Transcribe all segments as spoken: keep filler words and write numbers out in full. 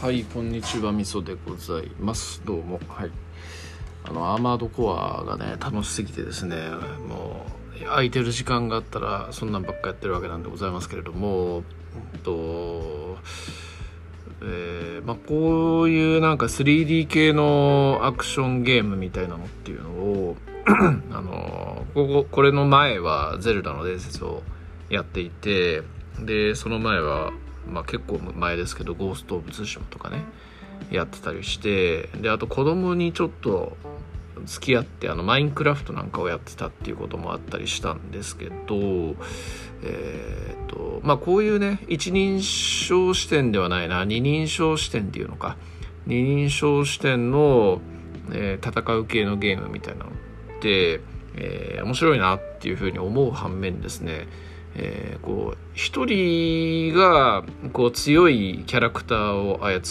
はい、こんにちは、みそでございます。どうも。はい。あの、アーマードコアがね、楽しすぎてですね、もう、空いてる時間があったら、そんなんばっかやってるわけなんでございますけれども、うんと、えーまあ、こういうなんか スリーディー 系のアクションゲームみたいなのっていうのを、あの、ここ、これの前はゼルダの伝説をやっていて、で、その前は、まあ結構前ですけどゴースト・オブ・ツシマとかねやってたりして、であと子供にちょっと付き合ってあのマインクラフトなんかをやってたっていうこともあったりしたんですけど、えー、とまあこういうね一人称視点ではないな二人称視点っていうのか二人称視点の、えー、戦う系のゲームみたいなのって、えー、面白いなっていうふうに思う反面ですね、えー、こう一人がこう強いキャラクターを操って、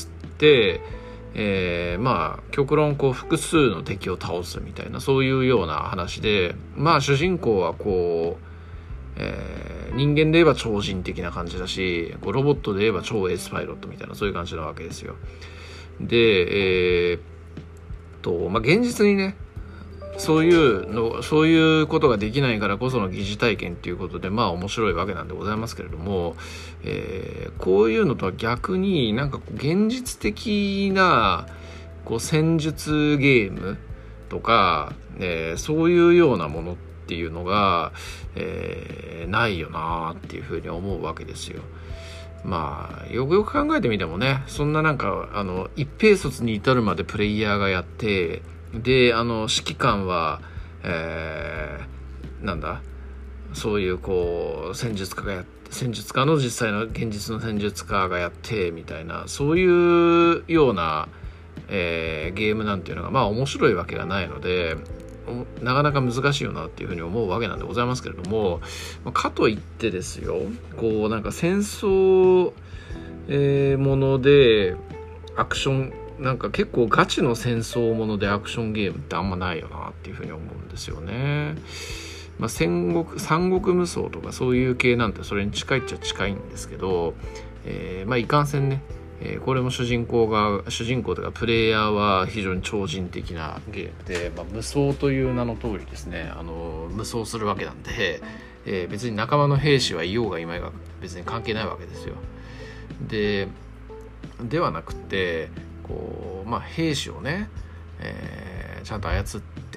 えー、まあ極論こう複数の敵を倒すみたいなそういうような話で、まあ主人公はこう、えー、人間で言えば超人的な感じだし、こうロボットで言えば超エースパイロットみたいなそういう感じなわけですよ。で、えー、とまあ現実にねそういうのそういうことができないからこその疑似体験っていうことでまあ面白いわけなんでございますけれども、えー、こういうのとは逆になんか現実的なこう戦術ゲームとか、えー、そういうようなものっていうのが、えー、ないよなっていうふうに思うわけですよ。まあよくよく考えてみてもね、そんななんかあの一兵卒に至るまでプレイヤーがやってであの指揮官は、えー、なんだそういうこう戦術家がやって戦術家の実際の現実の戦術家がやってみたいなそういうような、えー、ゲームなんていうのがまあ面白いわけがないのでなかなか難しいよなっていうふうに思うわけなんでございますけれども、かといってですよこうなんか戦争、えー、ものでアクションなんか結構ガチの戦争ものでアクションゲームってあんまないよなっていうふうに思うんですよね。まあ、戦国三国無双とかそういう系なんてそれに近いっちゃ近いんですけど、えー、まあいかんせんね、えー、これも主人公が主人公というかプレイヤーは非常に超人的なゲームで、まあ、無双という名の通りですねあの無双するわけなんで、えー、別に仲間の兵士はいようがいまいが別に関係ないわけですよ。でではなくてこう、まあ、兵士をね、えー、ちゃんと操って、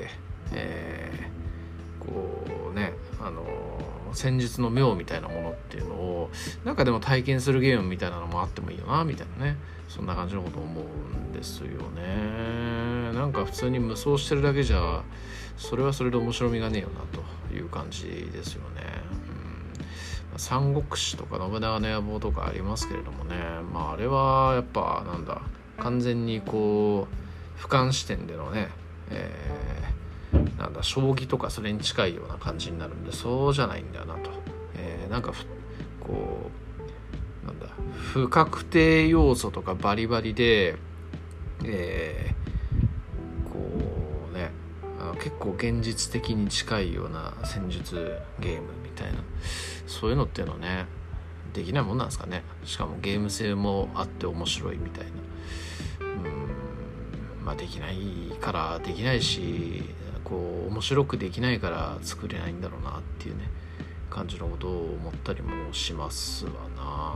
えー、こうねあの戦術の妙みたいなものっていうのをなんかでも体験するゲームみたいなのもあってもいいよなみたいなねそんな感じのことを思うんですよね。なんか普通に無双してるだけじゃそれはそれで面白みがねえよなという感じですよね。三国志とか信長の野望とかありますけれどもね、まああれはやっぱなんだ完全にこう俯瞰視点でのね、えー、なんだ将棋とかそれに近いような感じになるんでそうじゃないんだよなと、えー、なんかこうなんだ不確定要素とかバリバリで、えー、こうねあの結構現実的に近いような戦術ゲームみたいなそういうのっていうのはねできないもんなんですかね。しかもゲーム性もあって面白いみたいなうーんまあできないからできないしこう面白くできないから作れないんだろうなっていうね感じのことを思ったりもしますわな。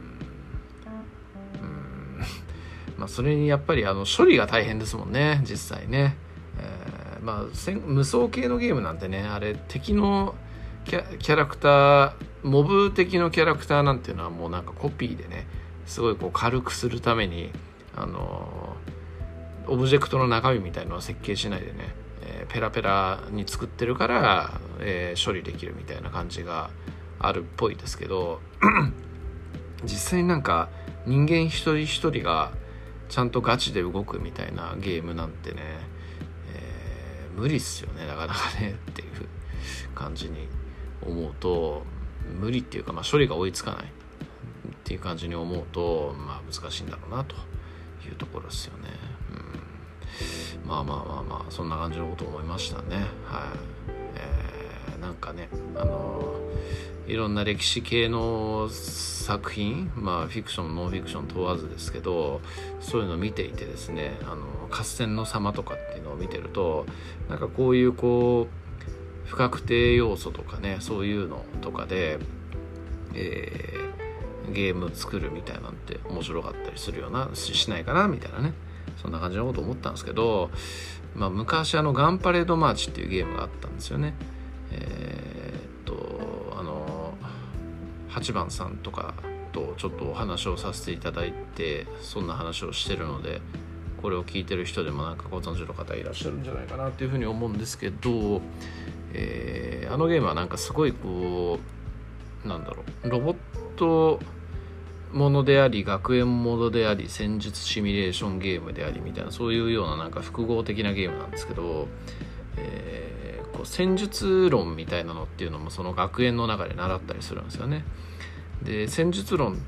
うーんまあそれにやっぱりあの処理が大変ですもんね実際ね、えー、まあ無双系のゲームなんてねあれ敵のキャ、キャラクターモブ的のキャラクターなんていうのはもうなんかコピーでねすごいこう軽くするためにあのオブジェクトの中身みたいのは設計しないでね、えー、ペラペラに作ってるから、えー、処理できるみたいな感じがあるっぽいですけど実際になんか人間一人一人がちゃんとガチで動くみたいなゲームなんてね、えー、無理っすよねなかなかねっていう感じに思うと無理っていうか、まあ、処理が追いつかないっていう感じに思うと、まあ、難しいんだろうなというところですよね、うん、まあまあまあまあそんな感じのことを思いましたね。はい、えー、なんかねあのいろんな歴史系の作品、まあフィクションノンフィクション問わずですけど、そういうのを見ていてですね、あの合戦の様とかっていうのを見てると、なんかこういうこう不確定要素とかね、そういうのとかで、えー、ゲーム作るみたいなんて面白かったりするような し, しないかなみたいなね、そんな感じのこと思ったんですけど、まあ、昔あのガンパレードマーチっていうゲームがあったんですよね。えー、っとあのはちばんさんとかとちょっとお話をさせていただいて、そんな話をしてるので、これを聞いてる人でもなんかご存知の方いらっしゃるんじゃないかなっていうふうに思うんですけど、えー、あのゲームはなんかすごいこうなんだろう、ロボットものであり学園ものであり戦術シミュレーションゲームでありみたいな、そういうようななんか複合的なゲームなんですけど、えー、こう戦術論みたいなのっていうのもその学園の中で習ったりするんですよね。で戦術論って、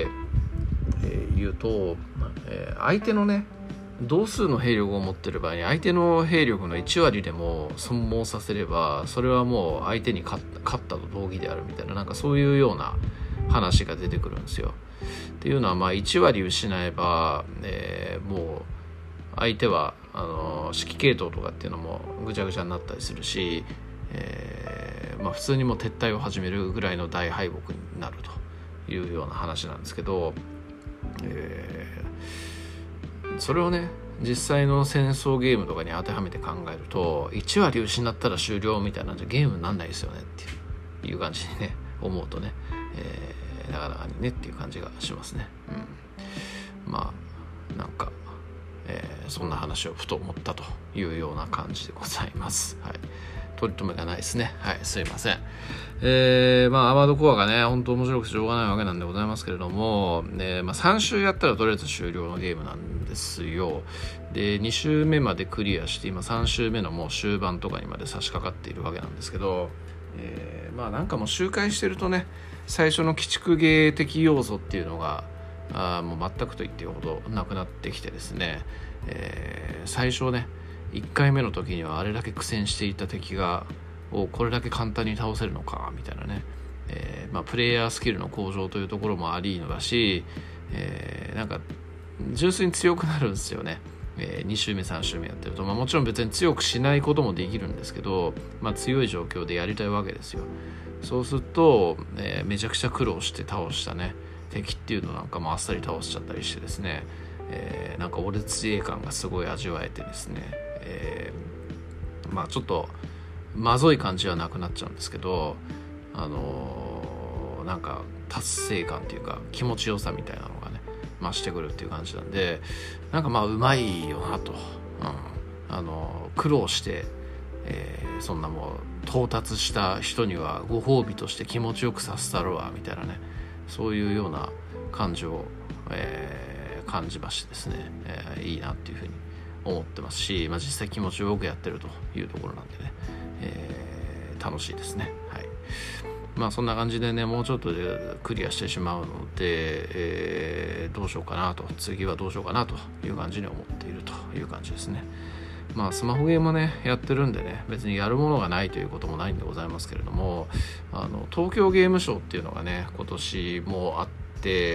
えー、言うと、えー、相手のね同数の兵力を持っている場合に相手の兵力のいち割でも損耗させれば、それはもう相手に勝った、勝ったと同義であるみたいな、なんかそういうような話が出てくるんですよ。っていうのはまあいち割失えば、えー、もう相手はあの指揮系統とかっていうのもぐちゃぐちゃになったりするし、えーまあ、普通にもう撤退を始めるぐらいの大敗北になるというような話なんですけど、えーそれをね実際の戦争ゲームとかに当てはめて考えると、いち割失ったら終了みたいなんじゃゲームになんないですよねっていう感じにね思うとね、えー、なかなかにねっていう感じがしますね。うん、まあなんか、えー、そんな話をふと思ったというような感じでございます。はい、取り留めがないですね。はい、すいません。えー、まあアーマードコアがね本当面白くてしょうがないわけなんでございますけれども、ね、まあ、さん週やったらとりあえず終了のゲームなんですよ。でに週目までクリアして、今さん週目のもう終盤とかにまで差し掛かっているわけなんですけど、えー、まあなんかもう周回してるとね、最初の鬼畜ゲー的要素っていうのがあもう全くと言っていいほどなくなってきてですね、えー、最初ねいっかいめの時にはあれだけ苦戦していた敵がをこれだけ簡単に倒せるのかみたいなね、えーまあ、プレイヤースキルの向上というところもありのだし、えー、なんか純粋に強くなるんですよね。えー、に週目さん週目やってると、まあ、もちろん別に強くしないこともできるんですけど、まあ、強い状況でやりたいわけですよ。そうすると、えー、めちゃくちゃ苦労して倒したね敵っていうのなんかもあっさり倒しちゃったりしてですね、えー、なんか俺強い感がすごい味わえてですね、えー、まあちょっとまずい感じはなくなっちゃうんですけど、あのー、なんか達成感というか気持ちよさみたいなのがね増してくるっていう感じなんで、なんかまあうまいよなと、うん、あのー、苦労して、えー、そんなもう到達した人にはご褒美として気持ちよくさせたるわみたいなね、そういうような感情を、えー、感じましてですね、えー、いいなっていうふうに思ってますし、まあ、実際気持ちよくやってるというところなんでね、えー、楽しいですね。はい、まあそんな感じでね、もうちょっとでクリアしてしまうので、えー、どうしようかなと、次はどうしようかなという感じに思っているという感じですね。まあスマホゲームもねやってるんでね、別にやるものがないということもないんでございますけれども、あの東京ゲームショウっていうのがね今年もあって、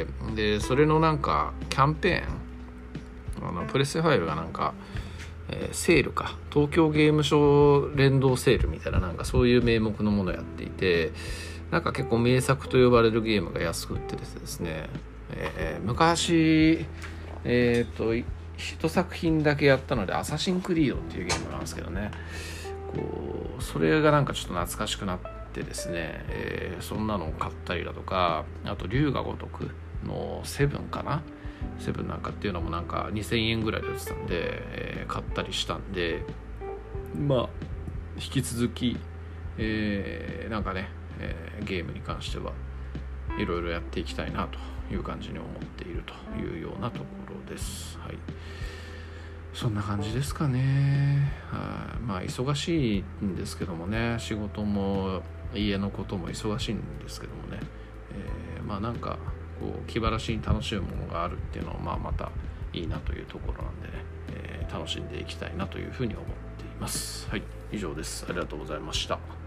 でそれのなんかキャンペーン、あのプレステファイブがなんか、えー、セールか、東京ゲームショウ連動セールみたいな、なんかそういう名目のものをやっていて、なんか結構名作と呼ばれるゲームが安く売ってですね、えー、昔えっと一作品だけやったのでアサシンクリードっていうゲームなんですけどね、こうそれがなんかちょっと懐かしくなってですね、えー、そんなのを買ったりだとか、あと龍が如くのセブンかな、セブンなんかっていうのもなんかにせんえんぐらいで売ってたんで、えー、買ったりしたんで、まあ引き続き、えー、なんかね、えー、ゲームに関してはいろいろやっていきたいなという感じに思っているというようなところです。はい、そんな感じですかね。はまあ忙しいんですけどもね、仕事も家のことも忙しいんですけどもね、えー、まあなんかこう気晴らしに楽しむものがあるっていうのはまあまたいいなというところなんでね、えー、楽しんでいきたいなというふうに思っています。はい、以上です。ありがとうございました。